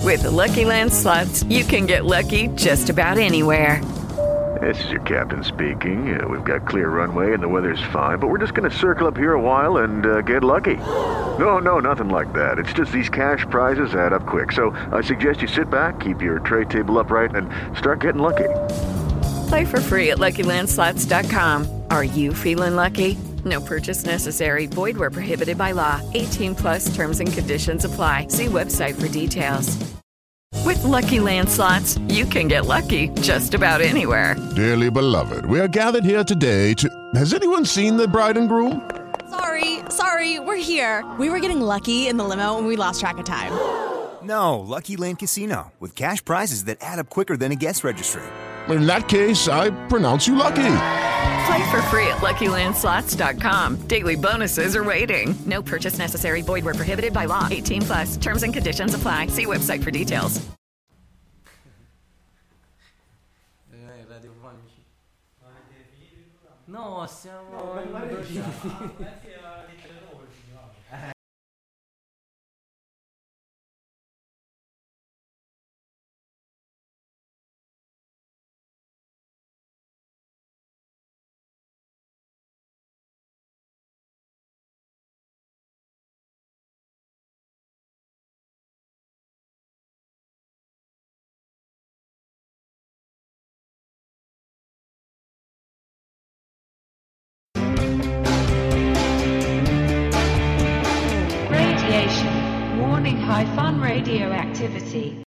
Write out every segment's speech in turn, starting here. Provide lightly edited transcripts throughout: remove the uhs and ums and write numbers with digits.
With the Lucky Land Slots, you can get lucky just about anywhere. This is your captain speaking. We've got clear runway and the weather's fine, but we're just going to circle up here a while and get lucky. No, nothing like that. It's just these cash prizes add up quick. So I suggest you sit back, keep your tray table upright, and start getting lucky. Play for free at LuckyLandSlots.com. Are you feeling lucky? No purchase necessary. Void where prohibited by law. 18 plus terms and conditions apply. See website for details. With Lucky Land Slots, you can get lucky just about anywhere. Dearly beloved, we are gathered here today to... Has anyone seen the bride and groom? Sorry, we're here. We were getting lucky in the limo and we lost track of time. No, Lucky Land Casino, with cash prizes that add up quicker than a guest registry. In that case, I pronounce you lucky. Play for free at LuckyLandSlots.com. Daily bonuses are waiting. No purchase necessary. Void where prohibited by law. 18 plus. Terms and conditions apply. See website for details. No, siamo... Warning, high fun radioactivity.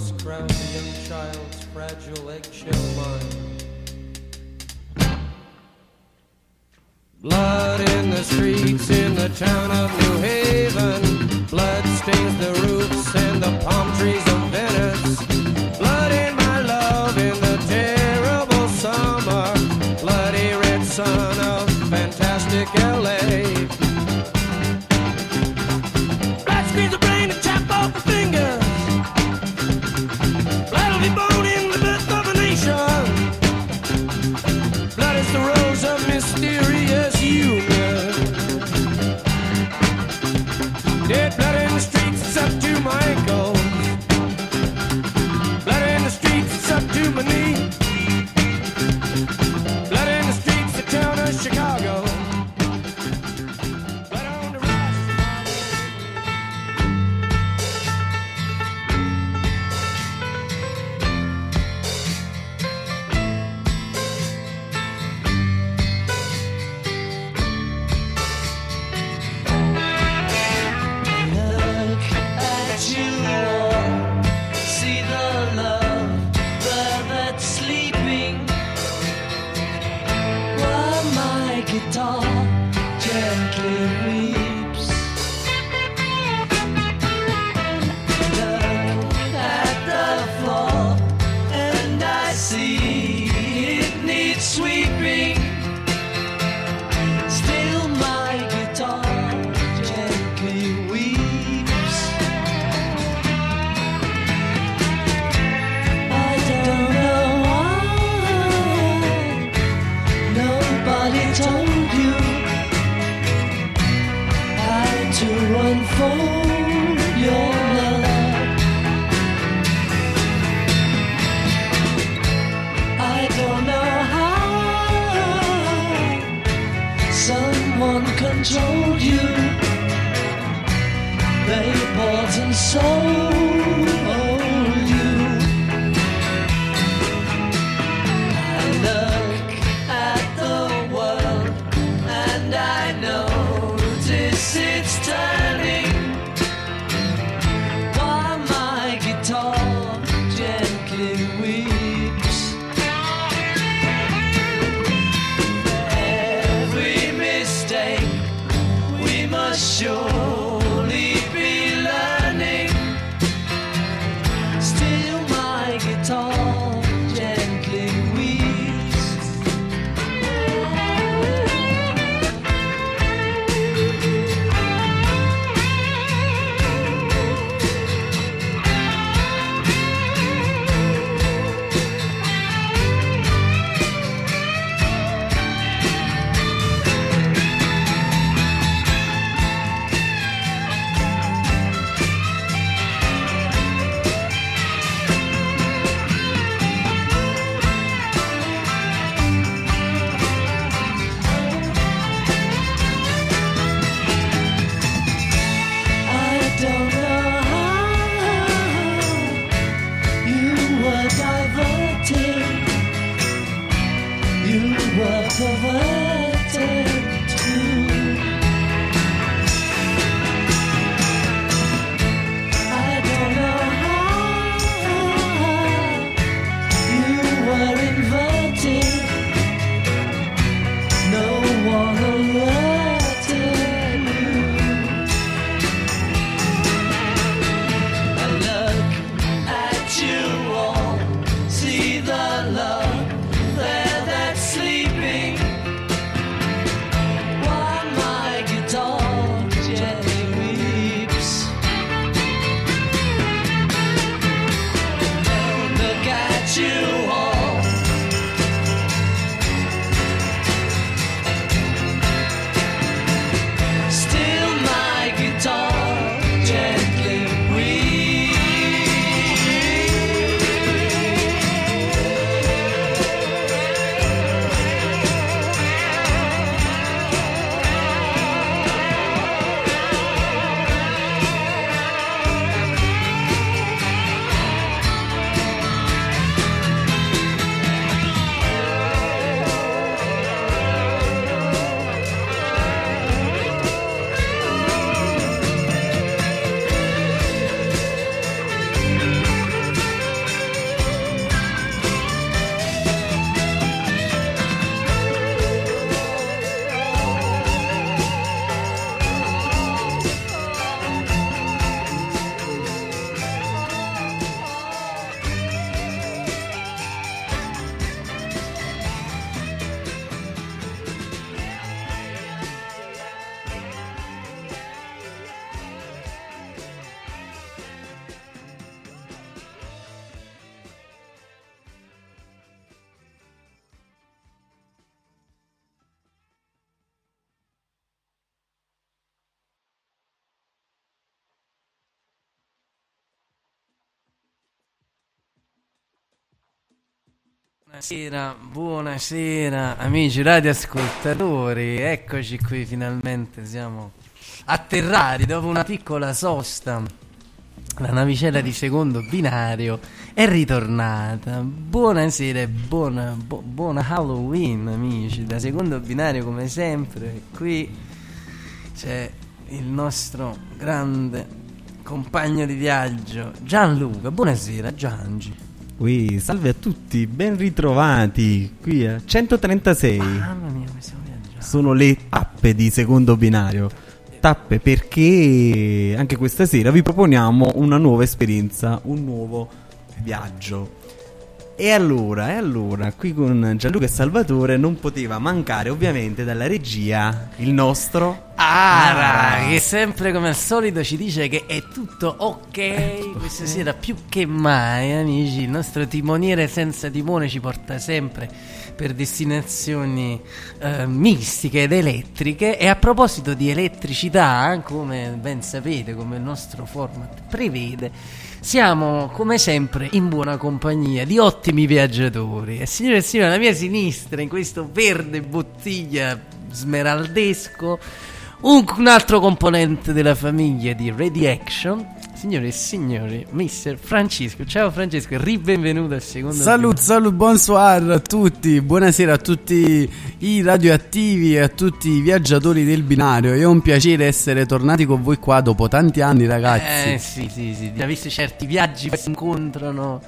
close crowd, a young child's fragile eggshell mind. Blood in the streets in the town of New Haven. Blood stains the roofs and the palm trees of Venice. Blood in my love in the terrible summer. Bloody red sun of fantastic LA. Blood screams the brain and chop off the fingers. Blood will be born in the birth of a nation. Blood is the rose of mysterious union. Dead blood in the streets, it's up to my ankles. Blood in the streets, it's up to my knee. Blood in the streets, the town of Chicago. Blood on the rise. Look at you all, see the love that's sleeping. While my guitar gently weeps. Look at the floor and I see it needs sweeping. Still my guitar gently weeps. I don't know why nobody told you how to unfold your love. I don't know how someone controlled you. They bought and sold you. I look at the world and I notice it's turning. While my guitar gently weeps. Every mistake we must surely be learning. Still my guitar gently weeps. I don't know how you were diverted. You were perverted too. I don't know how you were inverted. No one alerted you. I look at you all, see the love there that's sleeping. While my guitar gently weeps. Look at you all. Still my guitar gently weeps. Buonasera amici radioascoltatori, eccoci qui, finalmente siamo atterrati dopo una piccola sosta. La navicella di secondo binario è ritornata. Buonasera e buona Halloween amici, da secondo binario come sempre. Qui c'è il nostro grande compagno di viaggio Gianluca. Buonasera Giangi. Salve a tutti, ben ritrovati qui a 136. Mamma mia, come stiamo viaggiando. Sono le tappe di secondo binario. Tappe perché anche questa sera vi proponiamo una nuova esperienza, un nuovo viaggio. E allora, qui con Gianluca e Salvatore non poteva mancare ovviamente dalla regia il nostro Ara, che sempre come al solito ci dice che è tutto ok questa sera più che mai, amici. Il nostro timoniere senza timone ci porta sempre per destinazioni mistiche ed elettriche. E a proposito di elettricità, come ben sapete, come il nostro format prevede, siamo come sempre in buona compagnia di ottimi viaggiatori. E signore e signori, alla mia sinistra, in questo verde bottiglia smeraldesco, un altro componente della famiglia di Ready Action, signore e signori, Mr. Francesco. Ciao Francesco, ribenvenuto al secondo. Salut, bonsoir a tutti, buonasera a tutti i radioattivi e a tutti i viaggiatori del binario. È un piacere essere tornati con voi qua dopo tanti anni, ragazzi. Sì, già visto certi viaggi che si incontrano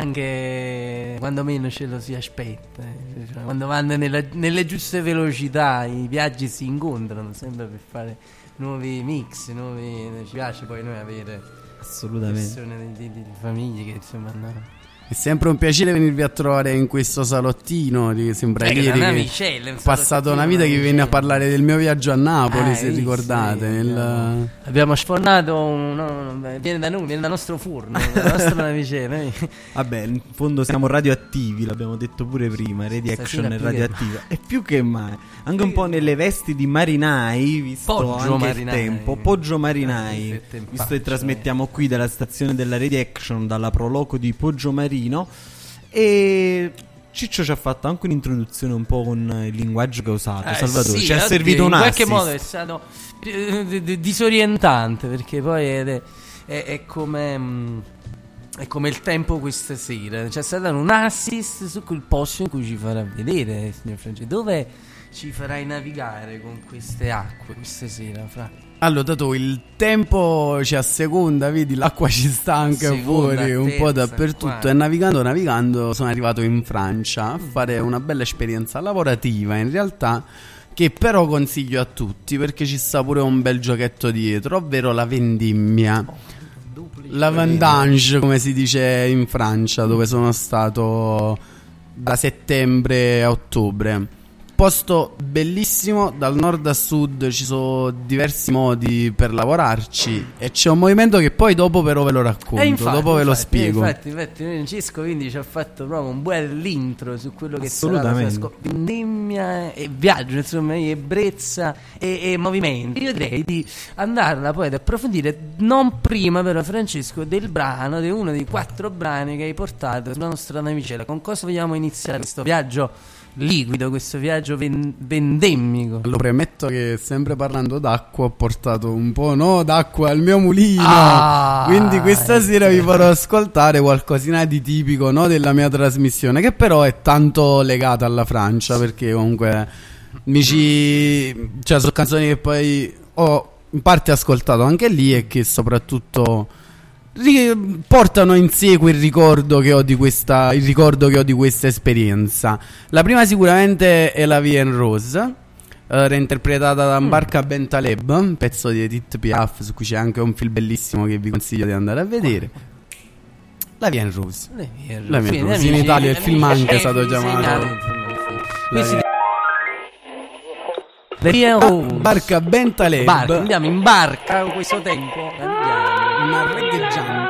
anche quando meno ce lo si aspetta, cioè, quando vanno nelle giuste velocità i viaggi si incontrano sempre per fare nuovi mix, ci piace poi noi avere assolutamente persone di famiglie che insomma no. È sempre un piacere venirvi a trovare in questo salottino. Sembra ieri che ho passato una vita che viene a parlare del mio viaggio a Napoli, se ricordate. Abbiamo sfornato viene dal nostro forno, dalla nostra navicella. Vabbè, in fondo siamo radioattivi, l'abbiamo detto pure prima. Ready Action è radioattiva. E più che mai, anche un po' nelle vesti di marinai, visto Poggio anche marinai. il tempo. Poggio marinai, visto che trasmettiamo qui dalla stazione della Ready Action, dalla Proloco di Poggio Marino. E Ciccio ci ha fatto anche un'introduzione un po' con il linguaggio che ha usato. Salvatore ci ha servito un assist. In qualche modo è stato disorientante, perché poi è come il tempo questa sera. C'è stato un assist su quel posto in cui ci farà vedere, signor Francesco, dove ci farai navigare con queste acque questa sera, Fra. Allora, dato il tempo ci asseconda, vedi, l'acqua ci sta anche fuori, un po' dappertutto. E navigando sono arrivato in Francia a fare una bella esperienza lavorativa, in realtà, che però consiglio a tutti perché ci sta pure un bel giochetto dietro, ovvero la vendemmia. La vendange, come si dice in Francia, dove sono stato da settembre a ottobre. Posto bellissimo, dal nord a sud ci sono diversi modi per lavorarci e c'è un movimento che poi dopo però ve lo racconto, dopo ve lo spiego. Infatti Francesco quindi ci ha fatto proprio un bel intro su quello che sarà la vendemmia e viaggio, insomma, ebbrezza e movimento. Io direi di andarla poi ad approfondire, non prima però, Francesco, del brano, di uno dei 4 brani che hai portato sulla nostra navicella. Con cosa vogliamo iniziare questo viaggio liquido, questo viaggio vendemmico? Lo premetto che sempre parlando d'acqua ho portato un po' d'acqua al mio mulino, quindi questa sera vi farò ascoltare qualcosina di tipico della mia trasmissione, che però è tanto legata alla Francia, perché comunque sono canzoni che poi ho in parte ascoltato anche lì e che soprattutto portano in sé quel ricordo che ho di questa esperienza. La prima sicuramente è La Vie en Rose, reinterpretata da Mbarka Bentaleb, un pezzo di Edith Piaf, su cui c'è anche un film bellissimo che vi consiglio di andare a vedere. La Vie en Rose. In Italia il film anche è stato chiamato Mbarka Bentaleb. Andiamo in barca con questo tempo, una regheggiante.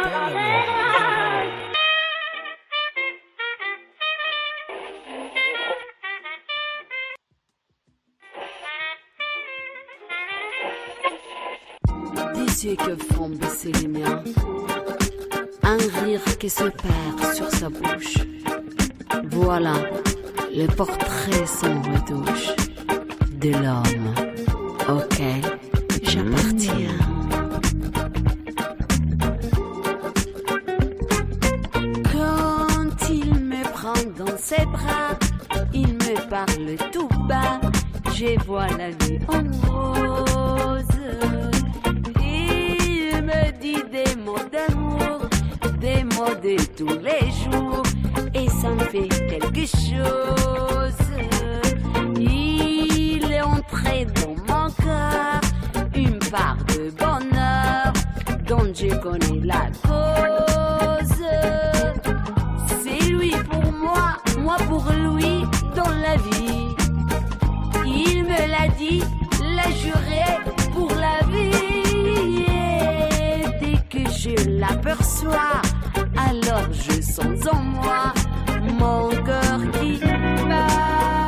Des yeux que font baisser les miens, un rire qui se perd sur sa bouche. Voilà, le portrait sans retouche de l'homme auquel j'appartiens. Quand il me prend dans ses bras, il me parle tout bas, je vois la vie en rose. Il me dit des mots d'amour, des mots de tous les jours, et ça me fait quelque chose. Il est entré dans mon cœur une part de bonheur dont je connais la cause. C'est lui pour moi, moi pour lui dans la vie. Il me l'a dit, l'a juré pour la vie. Et dès que je l'aperçois, alors je sens en moi mon cœur qui bat.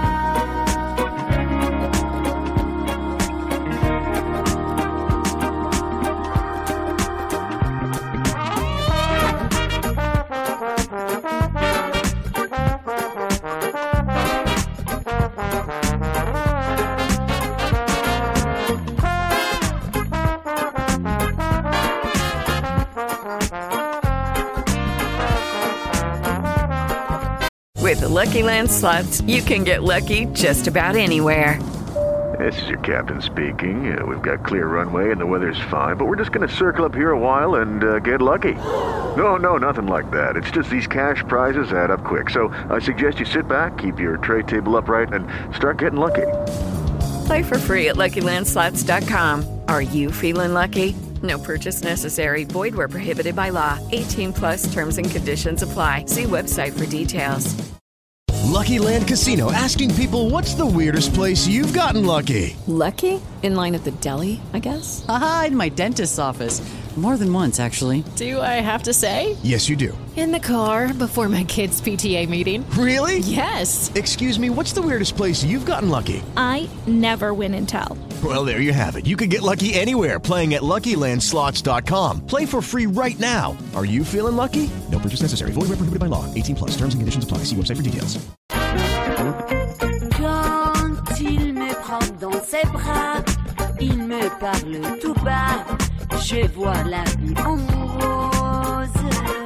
With the Lucky Land Slots, you can get lucky just about anywhere. This is your captain speaking. We've got clear runway and the weather's fine, but we're just going to circle up here a while and get lucky. No, nothing like that. It's just these cash prizes add up quick. So I suggest you sit back, keep your tray table upright, and start getting lucky. Play for free at LuckyLandSlots.com. Are you feeling lucky? No purchase necessary. Void where prohibited by law. 18 plus terms and conditions apply. See website for details. Lucky Land Casino, asking people, what's the weirdest place you've gotten lucky? Lucky? In line at the deli, I guess? Aha, in my dentist's office. More than once, actually. Do I have to say? Yes, you do. In the car before my kids' PTA meeting. Really? Yes. Excuse me, what's the weirdest place you've gotten lucky? I never win and tell. Well, there you have it. You can get lucky anywhere, playing at LuckyLandSlots.com. Play for free right now. Are you feeling lucky? No purchase necessary. Void where prohibited by law. 18 plus. Terms and conditions apply. See website for details. Quand il me prend dans ses bras, il me parle tout bas, je vois la vie en rose.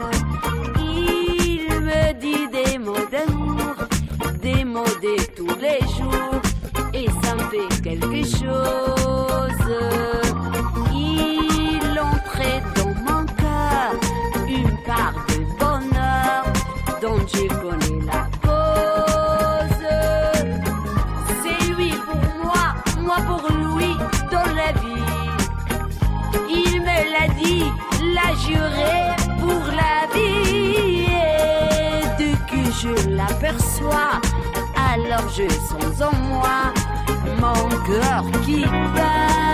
Il me dit des mots d'amour, des mots de tous les jours, et ça me fait quelque chose. Il entrait dans mon cœur une part de bonheur dont je connais la cause. C'est lui pour moi, moi pour lui dans la vie. Il me l'a dit, l'a juré pour la vie. Et dès que je l'aperçois, alors je sens en moi mon cœur qui bat.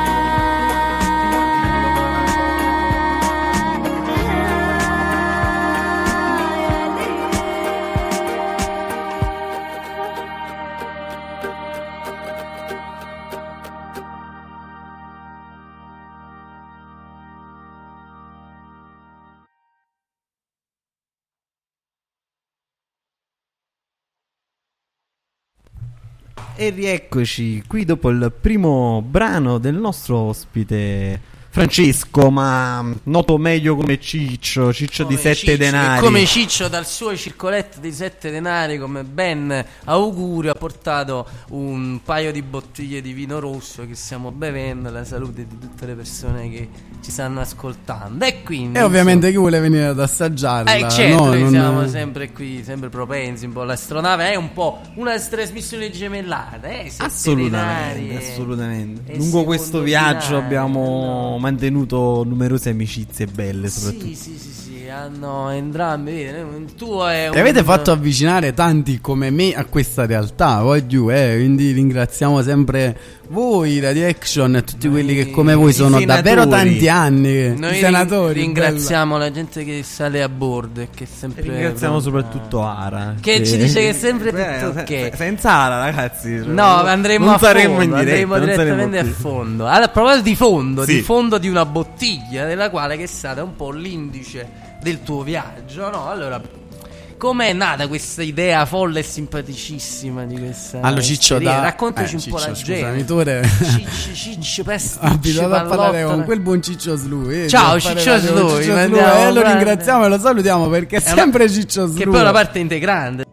E rieccoci qui dopo il primo brano del nostro ospite Francesco, ma noto meglio come Ciccio di 7 denari. Come Ciccio dal suo circoletto di 7 denari, come ben augurio, ha portato un paio di bottiglie di vino rosso che stiamo bevendo alla salute di tutte le persone che ci stanno ascoltando. E quindi ovviamente chi vuole venire ad assaggiarla, certo, no, siamo sempre qui, sempre propensi. Un po' l'astronave è un po' una trasmissione gemellata, assolutamente. Lungo questo viaggio abbiamo mantenuto numerose amicizie belle, soprattutto. Sì, hanno entrambi. Il tuo è e avete fatto avvicinare tanti come me a questa realtà, quindi ringraziamo sempre voi, Radio Action, e tutti quelli che come voi sono davvero tanti anni. Noi i senatori, ringraziamo la gente che sale a bordo e che sempre ringraziamo soprattutto Ara che ci dice che è sempre tutto ok. Senza Ara, ragazzi, no, andremo direttamente a fondo. Allora, a proposito di fondo, sì, di fondo di una bottiglia, della quale che è stata un po' l'indice del tuo viaggio, no? Allora, com'è nata questa idea folle e simpaticissima di questa Allora Ciccio raccontaci un po' la genere. Ciccio peste, abituato a parlare con quel buon Ciccio Slu. Ciao Ciccio Slu, lo ringraziamo e lo salutiamo perché è sempre Ciccio Slu, che poi è una parte integrante.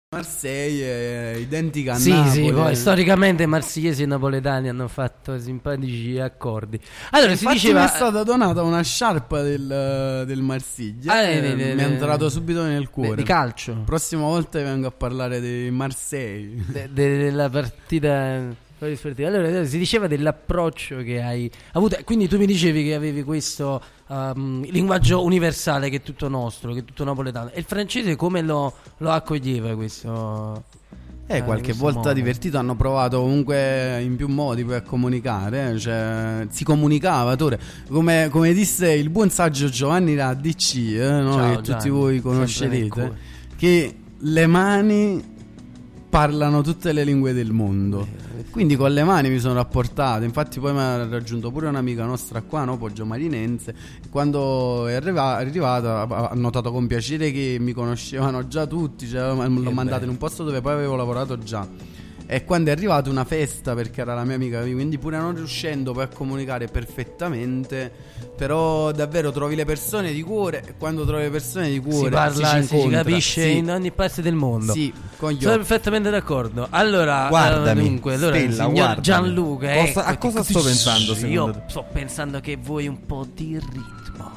Marseille è identica a sì, Napoli. Sì, poi storicamente marsigliesi e napoletani hanno fatto simpatici accordi. Allora, infatti si diceva... mi è stata donata una sciarpa del Marsiglia. Mi è entrato subito nel cuore. Di calcio. Prossima volta vengo a parlare di Marseille. Della partita... Allora, si diceva dell'approccio che hai avuto. Quindi tu mi dicevi che avevi questo linguaggio universale che è tutto nostro, che è tutto napoletano. E il francese come lo accoglieva questo? Qualche volta modo. Divertito, hanno provato comunque in più modi poi a comunicare, cioè si comunicava, come disse il buon saggio Giovanni Radic, no? Ciao, che Gianni, tutti voi conoscerete, che le mani parlano tutte le lingue del mondo. Quindi con le mani mi sono rapportato. Infatti poi mi ha raggiunto pure un'amica nostra qua, no? Poggio Marinense. Quando è arrivata ha notato con piacere che mi conoscevano già tutti, cioè, l'ho mandato in un posto dove poi avevo lavorato già. E quando è arrivata una festa, perché era la mia amica, quindi pure non riuscendo poi a comunicare perfettamente, però davvero trovi le persone di cuore, e quando trovi le persone di cuore si parla, si capisce sì. In ogni parte del mondo. Sì, sono perfettamente d'accordo. Allora, guardami, dunque, allora Stella, signor guardami. Gianluca, A cosa sto pensando? Io sto pensando che vuoi un po' di ritmo.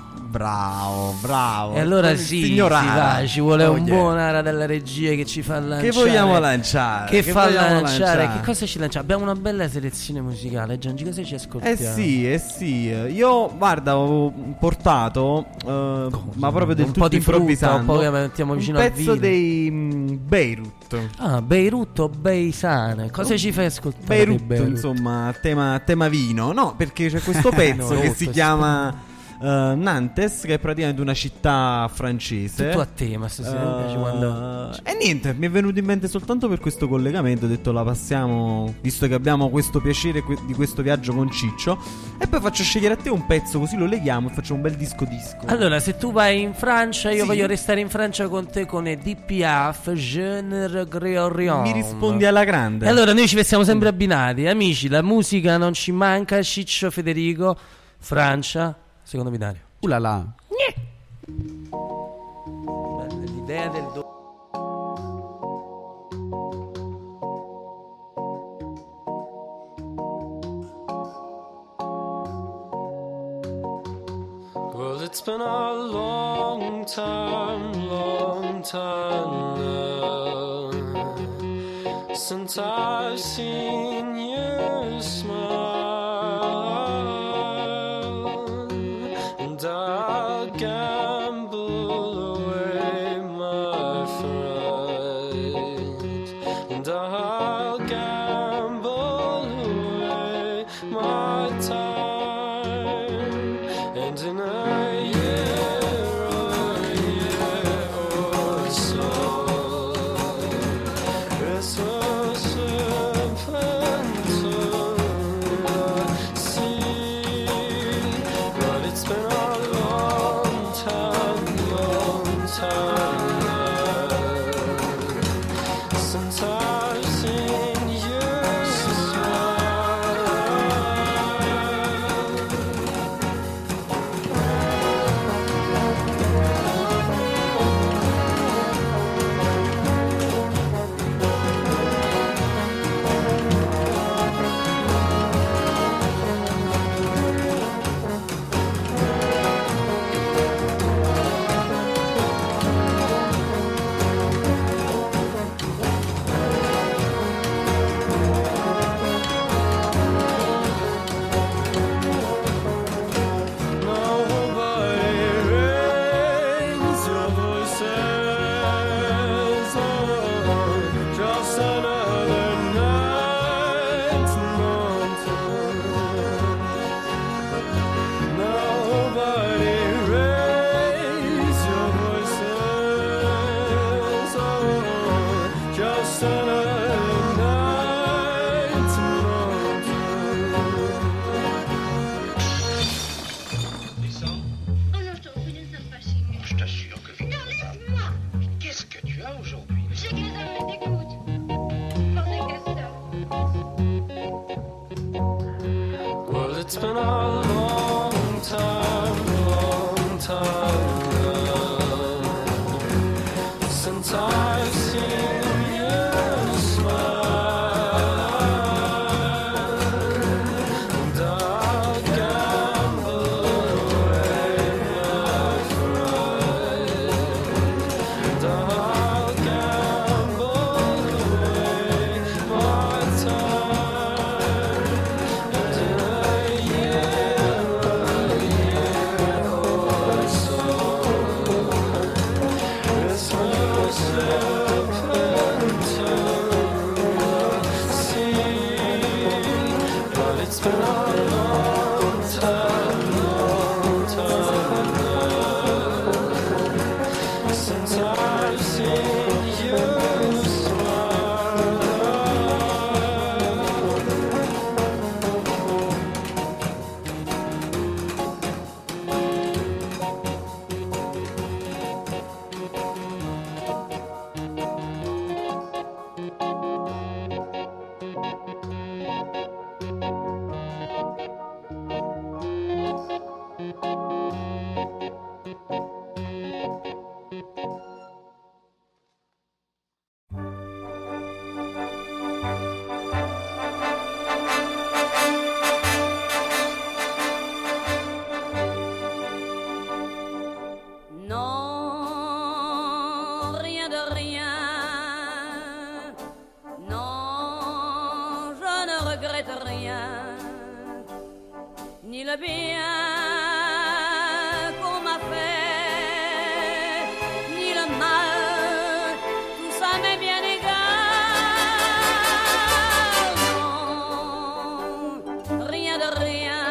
Bravo. E allora sì, va, ci vuole un buon ara della regia che ci fa lanciare. Che vogliamo lanciare? Che fa lanciare? Che cosa ci lanciamo? Abbiamo una bella selezione musicale. Giangi, cosa ci ascoltiamo? Sì. Io, guarda, ho portato, ma proprio del un tutto po' di improvvisando, frutta, un po' che mettiamo vicino un al pezzo vino. dei Beirut. Beirut o Beisane? Cosa ci fai ascoltare? Beirut, insomma, tema vino. No, perché c'è questo pezzo che si chiama Nantes, che è praticamente una città francese. Tutto a tema stasera, mi piace quando... E niente, mi è venuto in mente soltanto per questo collegamento. Ho detto la passiamo, visto che abbiamo questo piacere di questo viaggio con Ciccio. E poi faccio scegliere a te un pezzo, così lo leghiamo e facciamo un bel disco. Allora, se tu vai in Francia, io voglio restare in Francia con te, con Edith Piaf, Je ne regrette rien. Mi rispondi alla grande. E allora noi ci siamo sempre abbinati. Amici, la musica non ci manca. Ciccio, Federico, Francia, secondo binario. Ulala. L'idea del Well, it's been a long time now since I've seen you smile, and I'll gamble away my fright, and I'll gamble away my time, and in a year or so, it's so simple to see, but it's been a long time since I've seen you smile. Nobody raise your voices on just another night in Mountain. Nobody raise your voices on just another night in Je t'assure que Victor... Non, laisse-moi! Qu'est-ce que tu as aujourd'hui? J'ai que les hommes t'écoutent. Pensez qu'à ça. Well, it's been a long time now since I've seen It's been a long time since I've seen you Non, rien de rien. Non, je ne regrette rien. Ni le bien qu'on m'a fait, ni le mal, tout ça m'est bien égal. Non, rien de rien.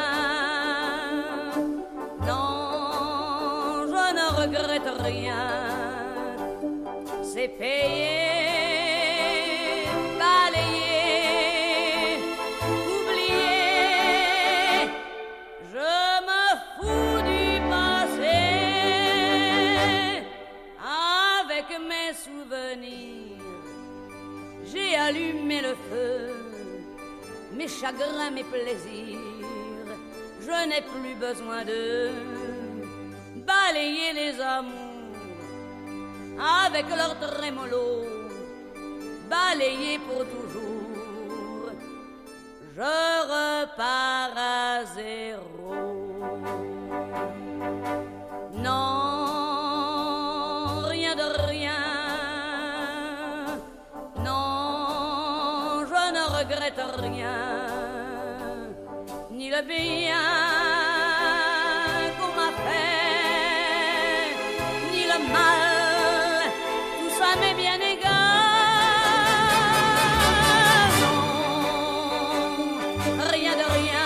Non, je ne regrette rien. C'est payé, balayé, oublié. Je me fous du passé. Avec mes souvenirs, j'ai allumé le feu. Mes chagrins, mes plaisirs, je n'ai plus besoin de balayer les amours avec leur trémolo, balayer pour toujours. Je repars à zéro. Non, rien de rien. Non, je ne regrette rien. Ni le bien qu'on m'a fait, ni le mal, tout ça m'est bien égal. Non, rien de rien.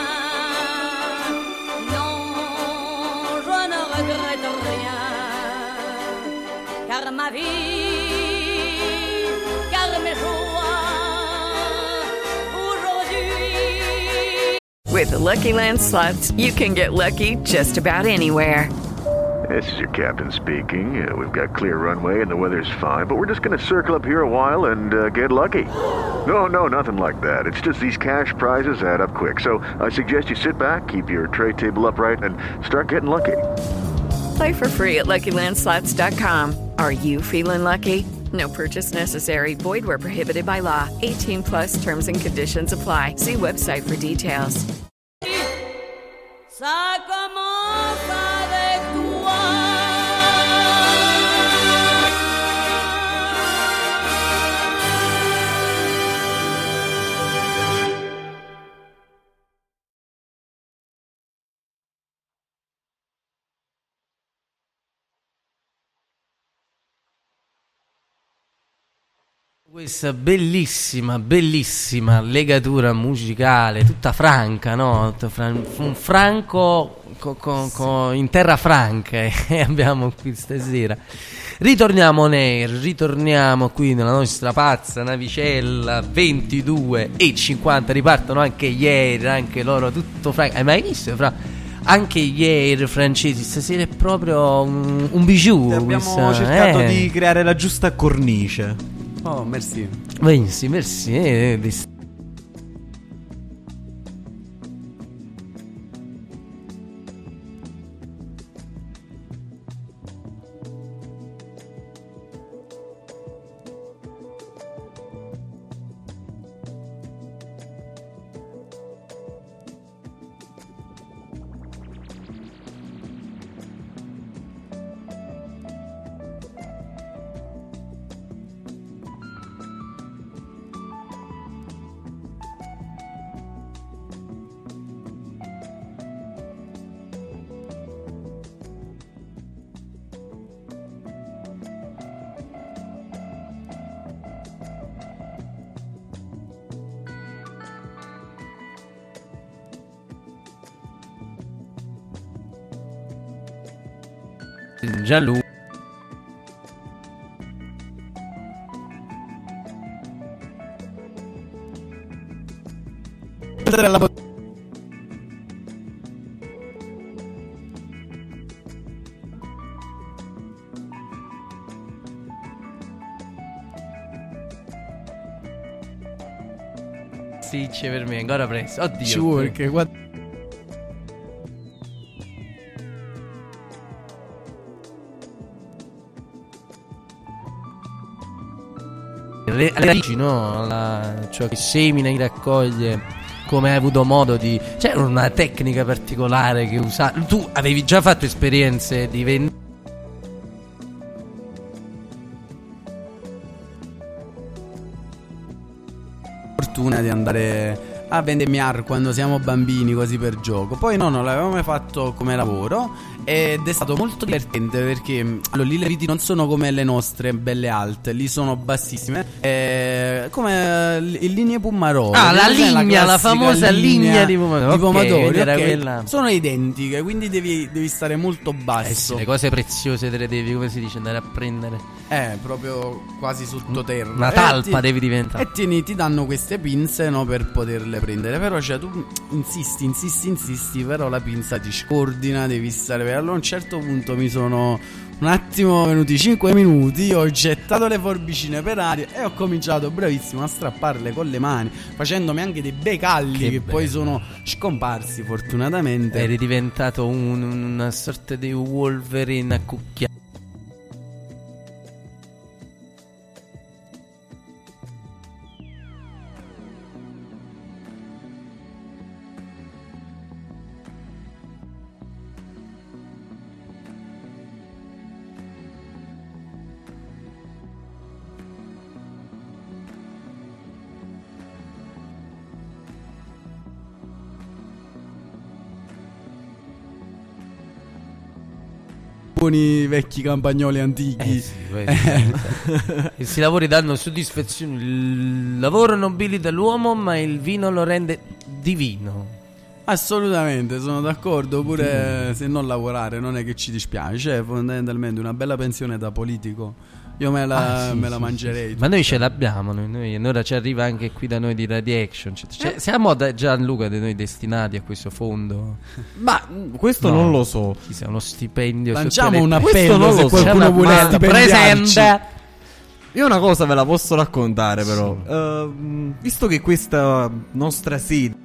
Non, je ne regrette rien. Car ma vie, car mes joies, aujourd'hui. With the Lucky Land Slots, you can get lucky just about anywhere. This is your captain speaking. We've got clear runway and the weather's fine, but we're just going to circle up here a while and get lucky. No, nothing like that. It's just these cash prizes add up quick. So I suggest you sit back, keep your tray table upright, and start getting lucky. Play for free at LuckyLandSlots.com. Are you feeling lucky? No purchase necessary. Void where prohibited by law. 18 plus terms and conditions apply. See website for details. Ça commence avec toi. Questa bellissima, bellissima legatura musicale, tutta franca, no? Un franco in terra franca e abbiamo qui stasera. Ritorniamo on air, ritorniamo qui nella nostra pazza navicella 22:50. Ripartono anche ieri, anche loro, tutto franco. Hai mai visto, anche ieri francesi, stasera è proprio un bijou. Abbiamo cercato di creare la giusta cornice. Oh, merci. Merci. Gianluca. Sì, c'è per me, ancora presto. Oddio. Ci vuole che le radici, no? Ciò che semina e raccoglie. Come hai avuto modo di... C'era una tecnica particolare che usavi. Tu avevi già fatto esperienze di vendita? Fortuna di andare a vendemmiare quando siamo bambini, così per gioco. Poi no, non l'avevamo mai fatto come lavoro ed è stato molto divertente perché allora, lì le viti non sono come le nostre belle alte, lì sono bassissime, come in linee Pumaroli. Ah, la linea, la famosa linea di pomodori, okay, quella... sono identiche, quindi devi stare molto basso. Sì, le cose preziose te le devi, come si dice, andare a prendere. Proprio quasi sottoterra. Una talpa devi diventare. E ti danno queste pinze, no, per poterle prendere. Però cioè tu insisti, però la pinza ti scordina, devi stare. Allora a un certo punto mi sono un attimo venuti 5 minuti, ho gettato le forbicine per aria e ho cominciato, bravissimo, a strapparle con le mani, facendomi anche dei bei calli che poi sono scomparsi fortunatamente. Eri diventato una sorta di Wolverine accucchiato. Buoni vecchi campagnoli antichi. E si lavori danno soddisfazione. Il lavoro nobilita l'uomo, ma il vino lo rende divino. Assolutamente, sono d'accordo. Pure se non lavorare non è che ci dispiace. Cioè, fondamentalmente una bella pensione da politico io me la mangerei. Ma noi ce l'abbiamo, noi ora ci arriva anche qui da noi di Radiaction. Cioè, siamo Gianluca di noi destinati a questo fondo? Ma questo non lo so. Chissà, uno stipendio. Lanciamo un appello se qualcuno vuole stipendiarci. Presente. Io una cosa ve la posso raccontare però. Visto che questa nostra sede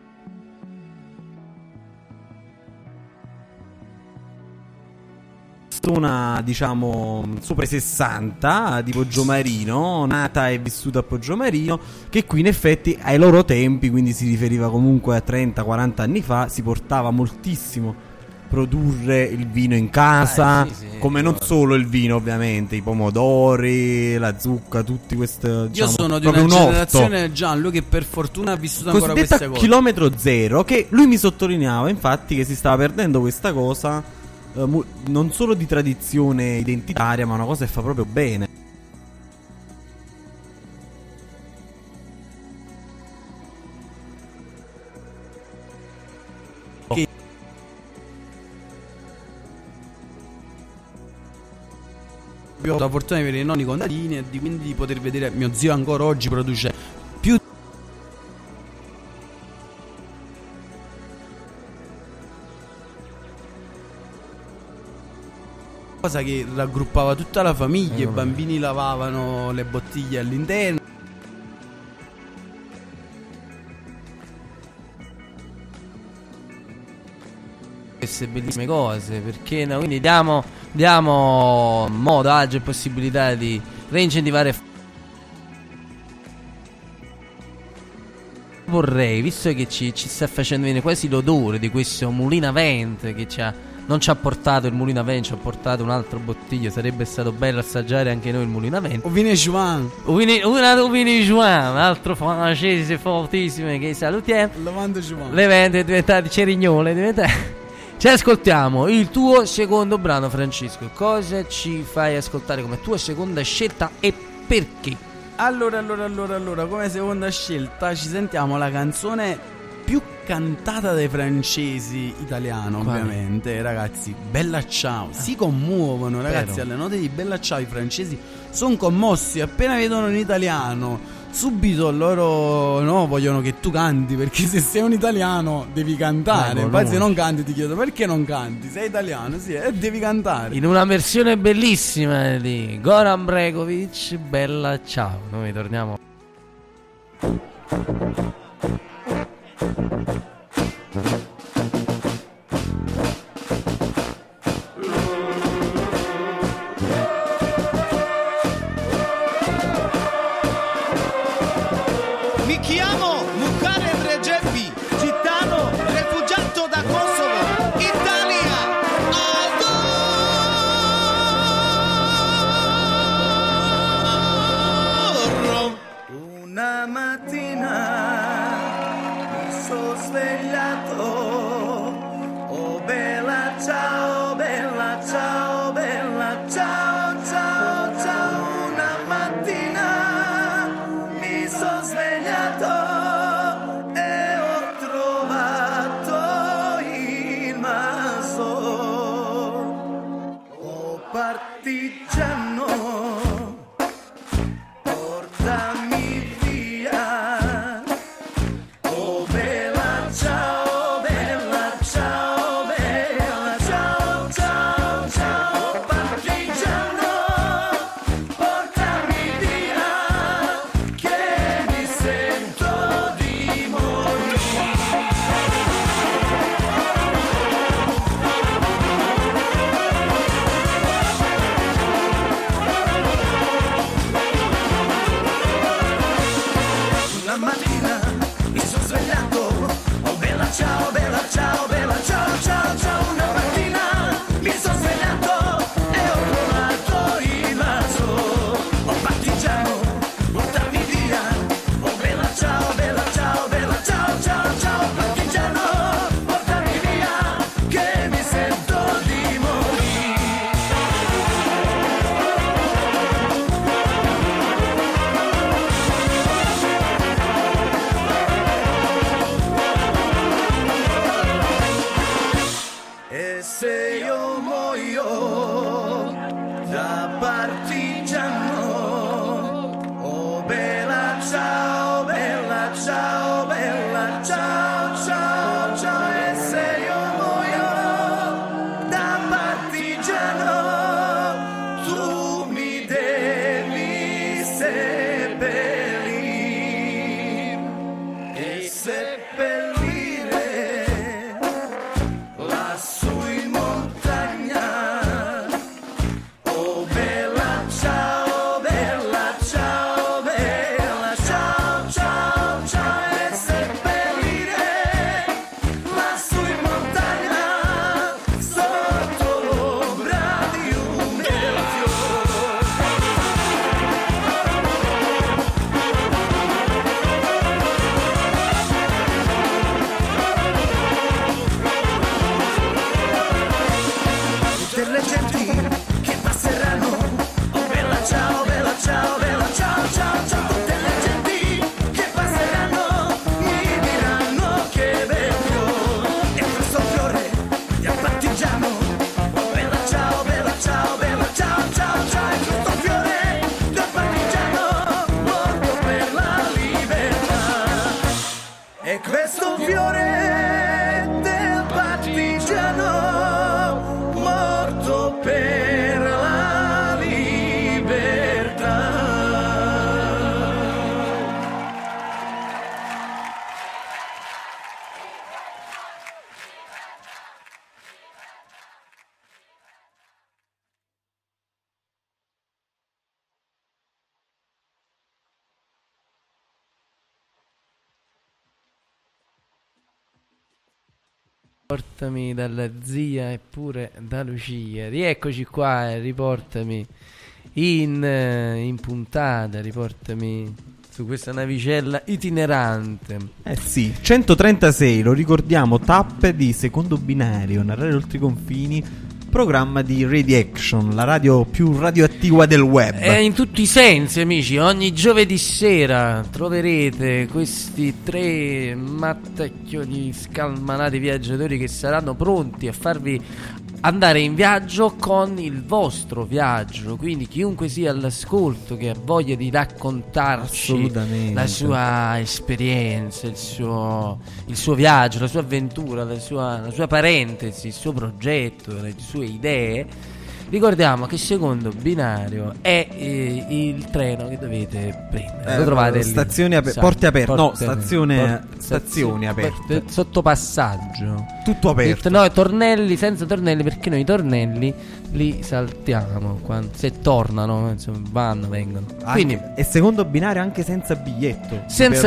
una, diciamo, sopra i 60 di Poggiomarino, nata e vissuta a Poggiomarino, che qui in effetti ai loro tempi, quindi si riferiva comunque a 30-40 anni fa, si portava moltissimo produrre il vino in casa, come non solo il vino ovviamente, i pomodori, la zucca, tutti questi, diciamo, io sono di una generazione, Gianlu, che per fortuna ha vissuto ancora queste cose. Chilometro zero, che lui mi sottolineava infatti che si stava perdendo questa cosa, non solo di tradizione identitaria, ma una cosa che fa proprio bene. Ho avuto la fortuna di avere i nonni contadini e quindi di poter vedere mio zio ancora oggi produce più cosa che raggruppava tutta la famiglia, i bambini lavavano le bottiglie all'interno. Queste bellissime cose, perché no? Quindi diamo modo, agio e possibilità di reincentivare. Vorrei, visto che ci sta facendo venire quasi l'odore di questo mulino a vento che non ci ha portato il mulino a vento, ci ha portato un altro bottiglio. Sarebbe stato bello assaggiare anche noi il mulino a vento. O vino Juan, un altro francese fortissimo che salutiamo. Lavando Juan. Le vende è diventato Cerignole, Ci ascoltiamo il tuo secondo brano, Francesco. Cosa ci fai ascoltare come tua seconda scelta e perché? Allora, come seconda scelta ci sentiamo la canzone più cantata dai francesi italiano, ovviamente, ragazzi. Bella ciao, si commuovono, ragazzi, alle note di Bella ciao. I francesi sono commossi appena vedono un italiano. Subito loro vogliono che tu canti, perché se sei un italiano devi cantare. Poi se non canti ti chiedo perché non canti, sei italiano, sì, e devi cantare. In una versione bellissima di Goran Bregovic, Bella ciao. Noi torniamo. Mi chiamo Muharrem Regepi, gitano, rifugiato da Kosovo, Italia. Adoro. Una mattina mi sono svegliato. Oh bella ciao, bella ciao, bella ciao, ciao, ciao. Una mattina mi sono svegliato e ho trovato il maso. Oh partigiano, portami via. Oh bella ciao, bella ciao, bella ciao, ciao, ciao. Partigiano, portami via, che mi sento di morire. Una mattina mi sono svegliato, oh bella ciao, bella ciao, bella ciao, ciao, ciao. Una mattina mi sono svegliato e ho trovato il vaso. Oh partigiano, portami via. Oh bella ciao, bella ciao, bella ciao, ciao, ciao. Partigiano, portami via, che mi sento di morire. E se io muoio da partigiano, oh bella ciao, bella ciao, bella ciao, ciao, ciao. E se io muoio da partigiano, tu mi devi seppellire e seppellire lassù in montagna. Oh bella ciao, bella ciao, bella ciao, ciao, ciao. E seppellire lassù in montagna, sotto l'ombra di un bel tutte le genti che passeranno, oh bella ciao, bella ciao, bella ciao, ciao, ciao. Tutte le genti che passeranno mi diranno che bello è questo fiore del partigiano. Oh bella ciao, bella ciao, bella ciao, ciao, ciao. È questo fiore del partigiano morto per la libertà. E questo fiore del partigiano morto per la libertà. Riportami dalla zia e pure da Lucia. Rieccoci qua, riportami in puntata, riportami su questa navicella itinerante. Eh sì, 136, lo ricordiamo, tappe di secondo binario, narrare oltre i confini programma di Radio-Action, la radio più radioattiva del web. In tutti i sensi, amici. Ogni giovedì sera troverete questi 3 mattacchioni scalmanati viaggiatori che saranno pronti a farvi andare in viaggio con il vostro viaggio. Quindi chiunque sia all'ascolto che ha voglia di raccontarci la sua esperienza, il suo viaggio, la sua avventura, la sua parentesi, il suo progetto, le sue idee, ricordiamo che secondo binario è il treno che dovete prendere. Lo trovate stazioni porte aperte. No, stazioni aperte. Sotto passaggio. Tutto aperto. No, tornelli, senza tornelli, perché noi i tornelli li saltiamo se tornano, insomma, vengono. Quindi, e secondo binario anche senza biglietto. Senza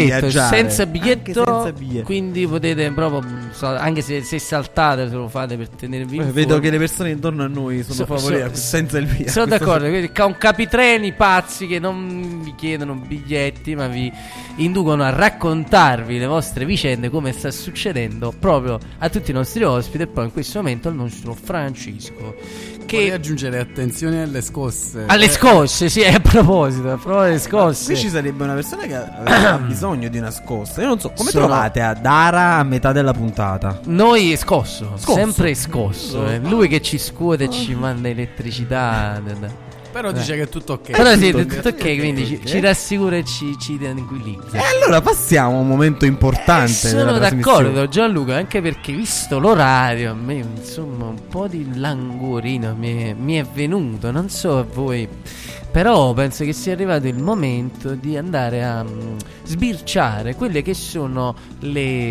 biglietto. Quindi potete proprio, anche se saltate, se lo fate per tenervi in vedo forma. che le persone intorno a noi sono favorevoli senza il biglietto. Sono d'accordo, quindi con capitreni pazzi che non vi chiedono biglietti, ma vi inducono a raccontarvi le vostre vicende, come sta succedendo proprio a tutti i nostri ospiti, e poi in questo momento al nostro Francisco, che vorrei aggiungere attenzione alle scosse. Alle scosse, sì, a proposito delle scosse. Qui ci sarebbe una persona che ha bisogno di una scossa. Io non so come trovate a Dara a metà della puntata. Noi scosso. Sempre scosso. È lui che ci scuote e ci manda elettricità. Però dice che è tutto ok. Però sì, è tutto ok, quindi ci rassicura e ci tranquillizza. E allora passiamo a un momento importante. Sono d'accordo, Gianluca, anche perché visto l'orario, a me insomma un po' di languorino mi è venuto, non so a voi. Però penso che sia arrivato il momento di andare a sbirciare quelle che sono le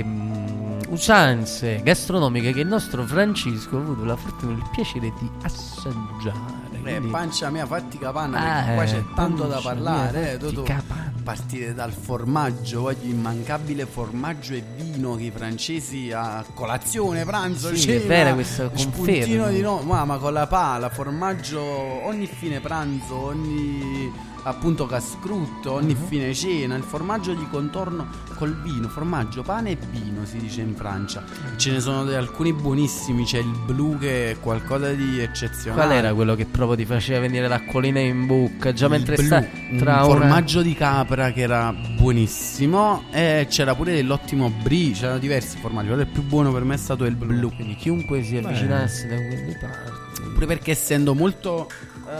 usanze gastronomiche che il nostro Francisco ha avuto la fortuna e il piacere di assaggiare. Pancia mia, fatti capanna, perché qua c'è tanto da parlare. Partire dal formaggio, voglio immancabile formaggio e vino che i francesi a colazione, pranzo, sì, cena, è vera questa conferma di no, ma con la pala, formaggio ogni fine pranzo, ogni appunto cascrutto, ogni fine cena, il formaggio di contorno col vino, formaggio, pane e vino si dice in Francia. Ce ne sono alcuni buonissimi, c'è il blu che è qualcosa di eccezionale. Qual era quello che proprio ti faceva venire l'acquolina in bocca già mentre sta tra formaggio di capra che era buonissimo, e c'era pure dell'ottimo brie, c'erano diversi formaggi, quello il più buono per me è stato il blu, quindi chiunque si avvicinasse da quelle parti, pure perché essendo molto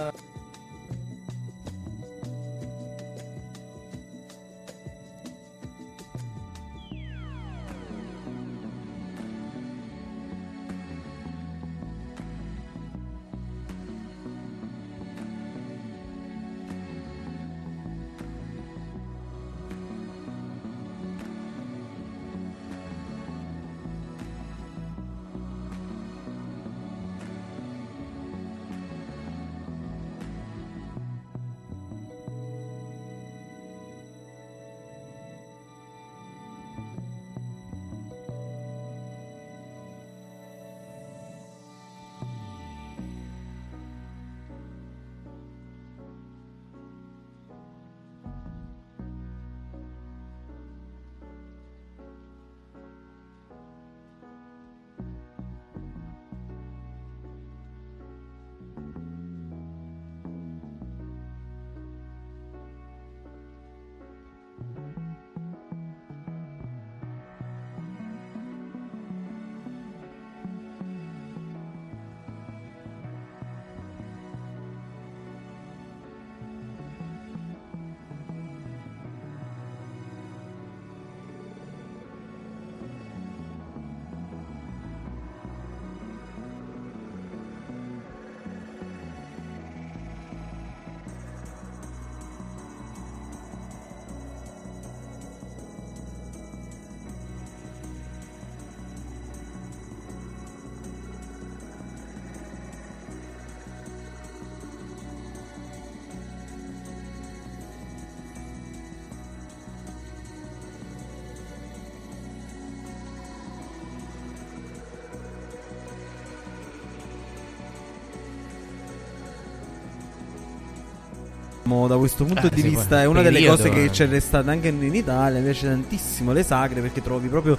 da questo punto di vista è una delle cose che c'è restata anche in Italia. Mi piace tantissimo le sagre, perché trovi proprio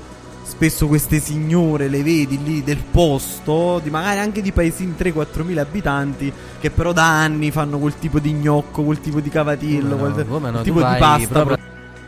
spesso queste signore le vedi lì del posto, magari anche di paesini 3-4 mila abitanti, che però da anni fanno quel tipo di gnocco, quel tipo di cavatillo, quel tipo di pasta proprio...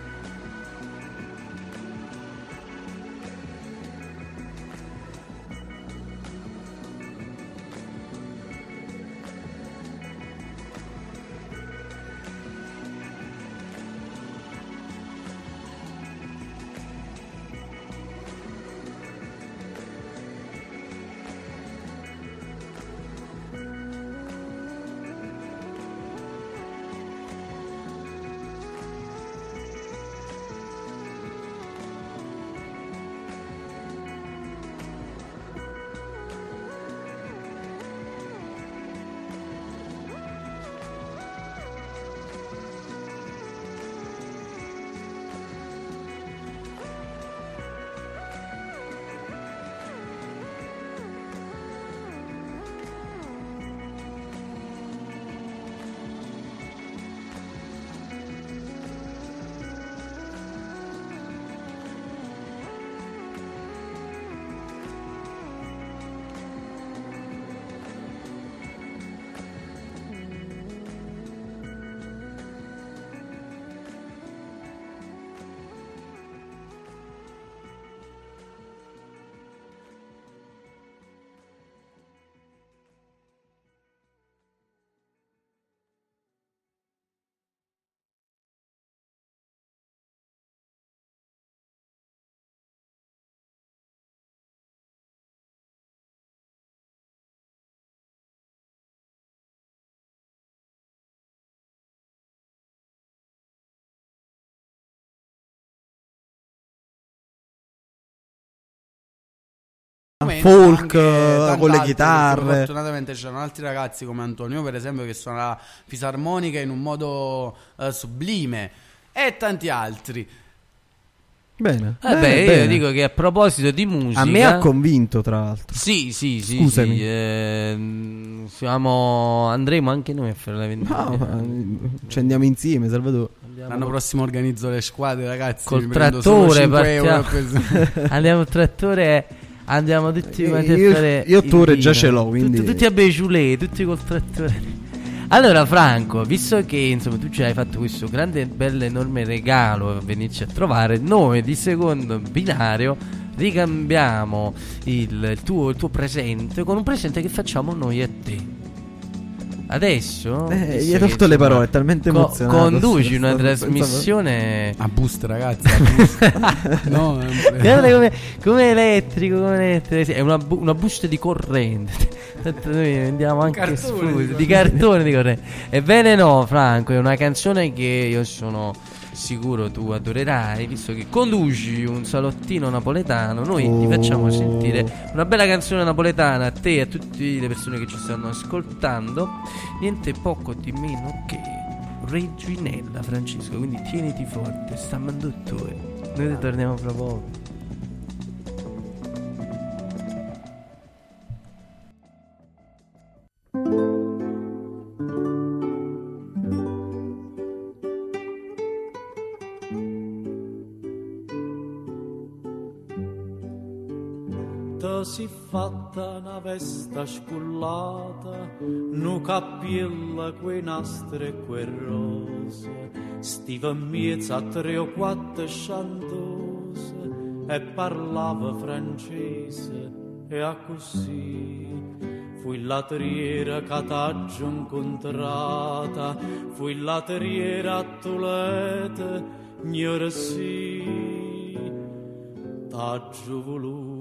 folk con le chitarre. Fortunatamente c'erano altri ragazzi come Antonio, per esempio, che suona la fisarmonica in un modo sublime, e tanti altri. Bene. Io dico che a proposito di musica, a me ha convinto, tra l'altro. Sì. Scusami. Andremo anche noi a fare la vendita. No, ci andiamo insieme, Salvatore. L'anno prossimo organizzo le squadre, ragazzi. Col trattore partiamo. Andiamo al trattore. Andiamo tutti quanti a fare. Io attore già ce l'ho, quindi tutti a Beciulè, tutti col trattore. Allora, Franco, visto che insomma tu ci hai fatto questo grande, bello, enorme regalo a venirci a trovare, noi di Secondo Binario ricambiamo il tuo presente con un presente che facciamo noi a te. Adesso gli hai tolto le parole, è talmente emozionato. Conduci una trasmissione a boost, ragazzi, a boost. No, guarda come elettrico, è una boost di corrente. Noi vendiamo anche sfusi di cartone di corrente. Ebbene no, Franco, è una canzone che io sono sicuro tu adorerai, visto che conduci un salottino napoletano. Noi ti facciamo sentire una bella canzone napoletana a te e a tutte le persone che ci stanno ascoltando. Niente poco di meno che Reginella, Francesco, quindi tieniti forte, stiamo in dottore. Noi torniamo fra poco. Si fatta una vesta scullata, nu cappiella quei nastri e quei rose, stiva in mezzo a 3 o 4 chantose e parlava francese, e a così fui latriera che t'aggio incontrata, fui latriera a Tulete, gnora sì, t'aggio voluto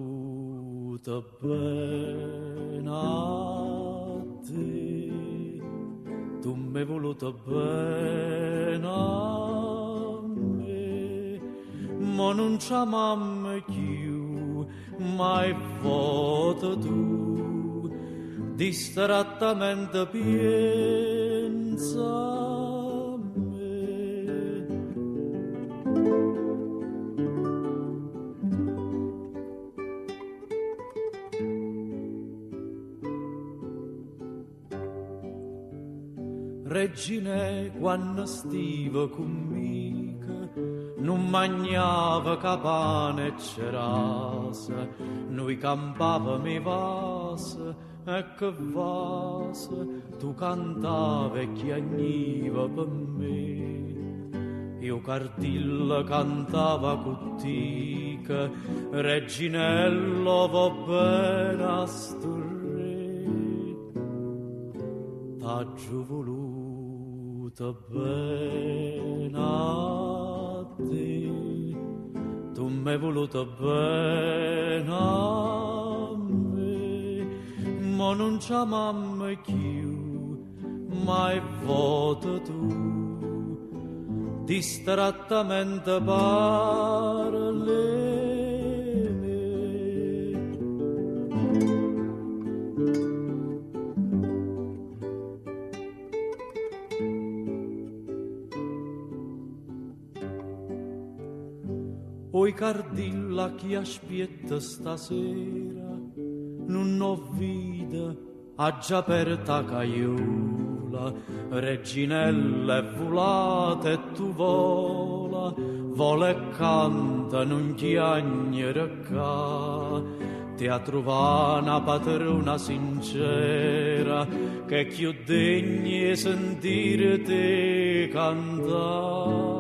bene a te, tu m'hai voluto bene a me, ma non c'è mamma più, mai voto tu, distrattamente pensa a me. Regine, quando stiva con mica, non mangiava capane e cerase, noi campavamo i vasi e che vasi, tu cantavi e chiagniva per me. Io Cardilla cantava cottica, Reginello va bene a sto re, t'aggio voluto bene a te, tu m'hai voluto bene a me, ma non c'è mamma più, mai voto tu. Distrattamente parli Oi Cardilla chi aspetta stasera, non ho vita, ha già aperta caiola, Reginella è volata e tu vola e canta, non chiagnere ca, ti ha trovato una padrona sincera, che più degni sentire te cantare.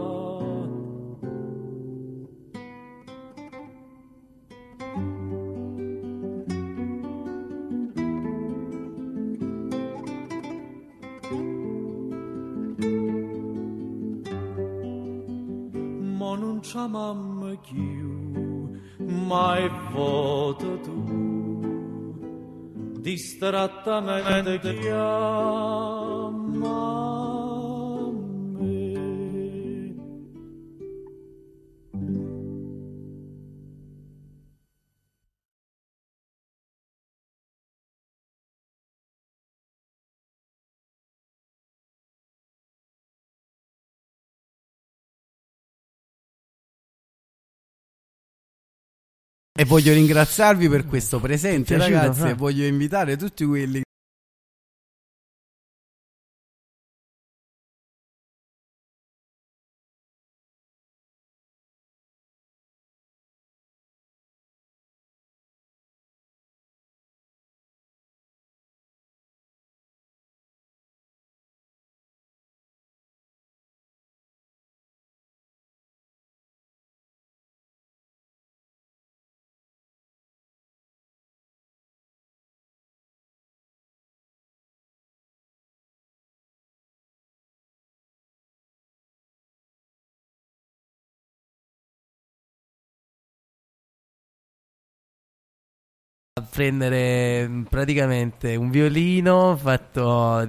Non c'è mamma più, mai voto tu, distrattamente chiama me. E voglio ringraziarvi per questo presente, Piaciuto, ragazzi, Fra. e voglio invitare tutti quelli a prendere praticamente un violino fatto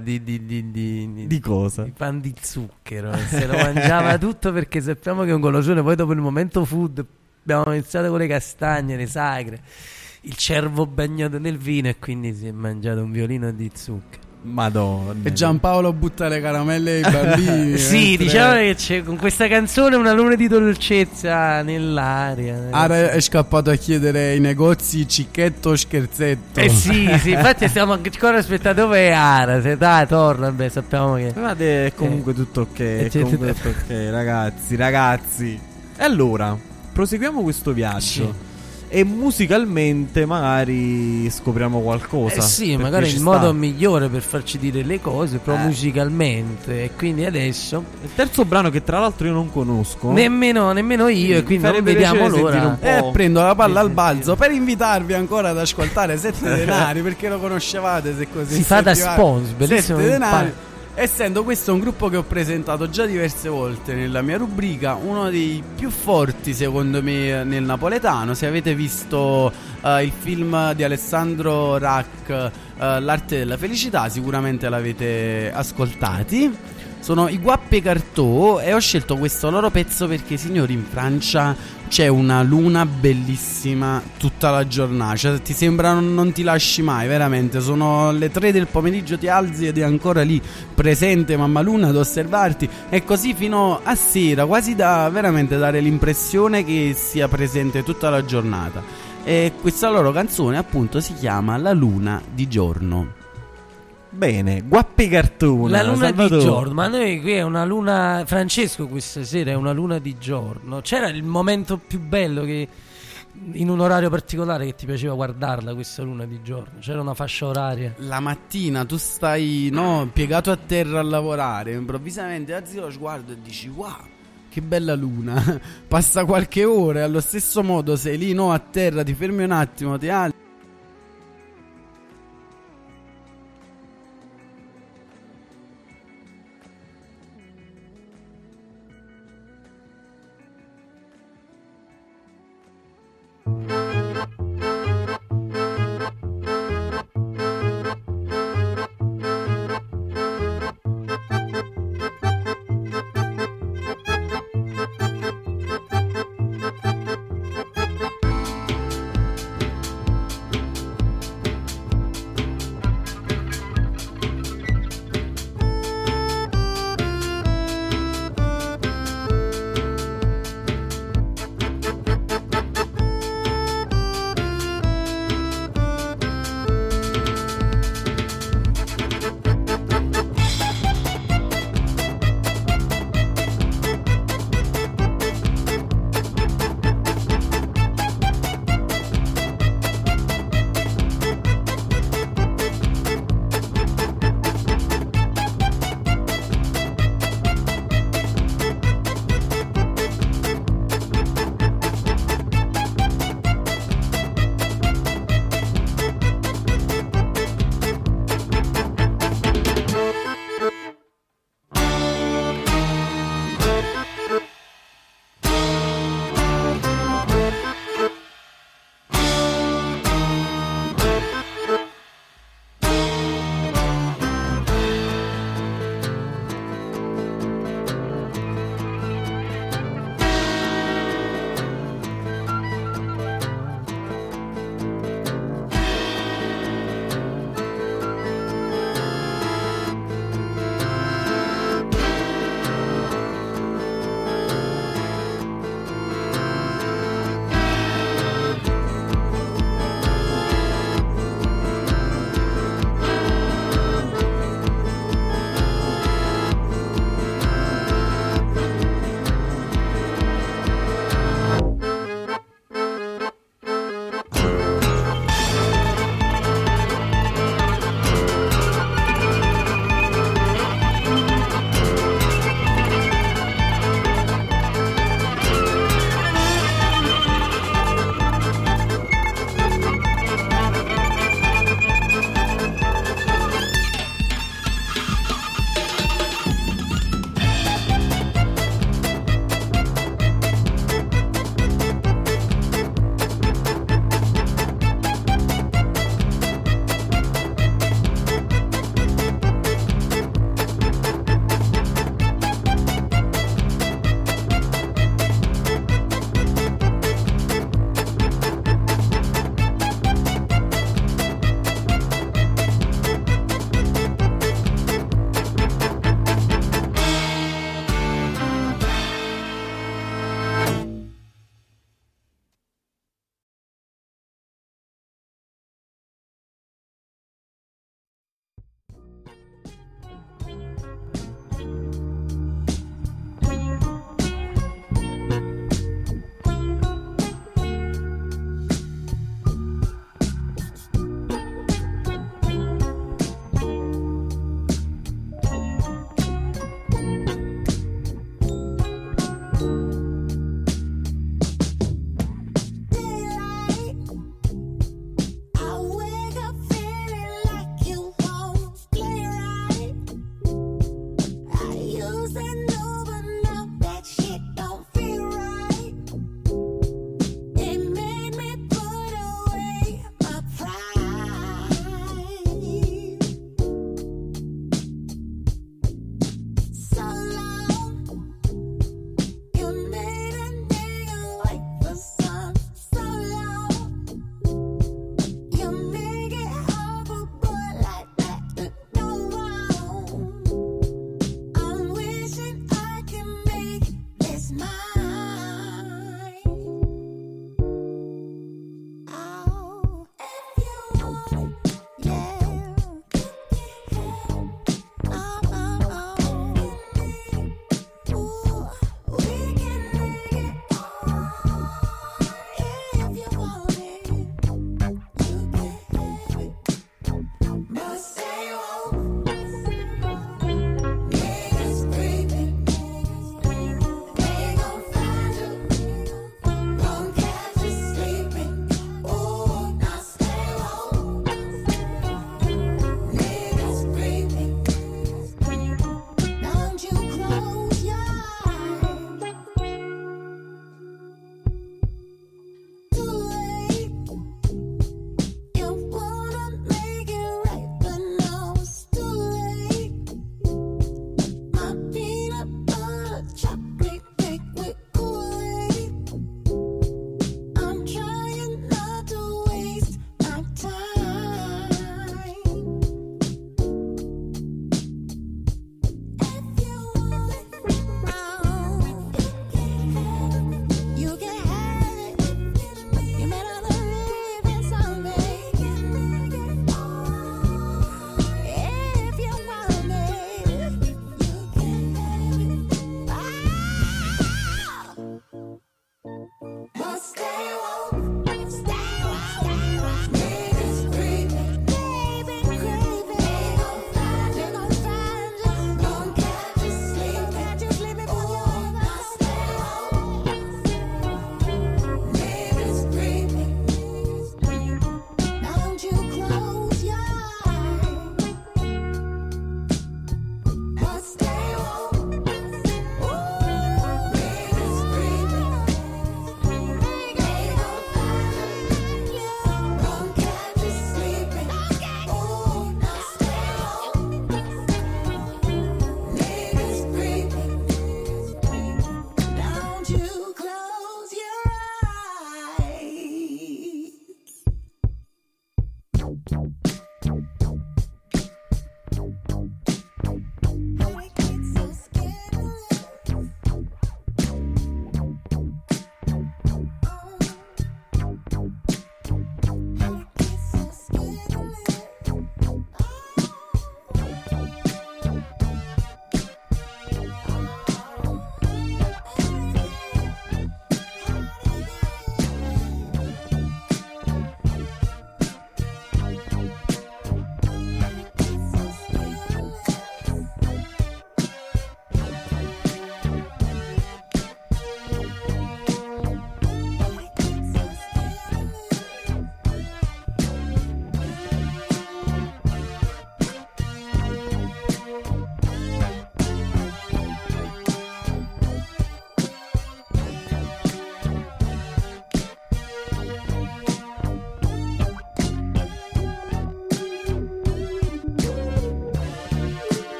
di cosa? Di pan di zucchero. Se lo mangiava tutto perché sappiamo che è un golosone. Poi dopo il momento food abbiamo iniziato con le castagne, le sagre, il cervo bagnato nel vino, e quindi si è mangiato un violino di zucchero. Madonna. E Giampaolo butta le caramelle ai bambini. Sì, diciamo che c'è con questa canzone un alone di dolcezza nell'aria. Ara è scappato a chiedere ai negozi cicchetto o scherzetto. Sì, infatti stiamo ancora aspettando dove è Ara. Se dai, torna, beh, sappiamo che. Guardate, è comunque tutto ok. È comunque tutto ok, ragazzi. E allora, proseguiamo questo viaggio. Sì. E musicalmente magari scopriamo qualcosa. Sì, magari il modo migliore per farci dire le cose, proprio musicalmente. E quindi adesso il terzo brano, che tra l'altro io non conosco nemmeno io, e quindi non vediamo l'ora. Prendo la palla al balzo per invitarvi ancora ad ascoltare Sette Denari, perché lo conoscevate, se così si fa da sponsor, bellissimo. Sette Denari. Essendo questo un gruppo che ho presentato già diverse volte nella mia rubrica, uno dei più forti secondo me nel napoletano. Se avete visto il film di Alessandro Rack, L'arte della felicità, sicuramente l'avete ascoltati. Sono i Guappe Cartò, e ho scelto questo loro pezzo perché, signori, in Francia c'è una luna bellissima tutta la giornata, cioè ti sembra non ti lasci mai, veramente. Sono le 3 del pomeriggio, ti alzi ed è ancora lì presente mamma luna ad osservarti, e così fino a sera, quasi da veramente dare l'impressione che sia presente tutta la giornata. E questa loro canzone appunto si chiama La luna di giorno. Bene, Guappi Cartone. La luna Salvatore. di giorno, ma noi qui è una luna. Francesco, questa sera è una luna di giorno. C'era il momento più bello che in un orario particolare che ti piaceva guardarla questa luna di giorno? C'era una fascia oraria? La mattina tu stai piegato a terra a lavorare, improvvisamente alzi lo sguardo e dici wow, che bella luna. Passa qualche ora e allo stesso modo sei lì a terra, ti fermi un attimo, ti alzi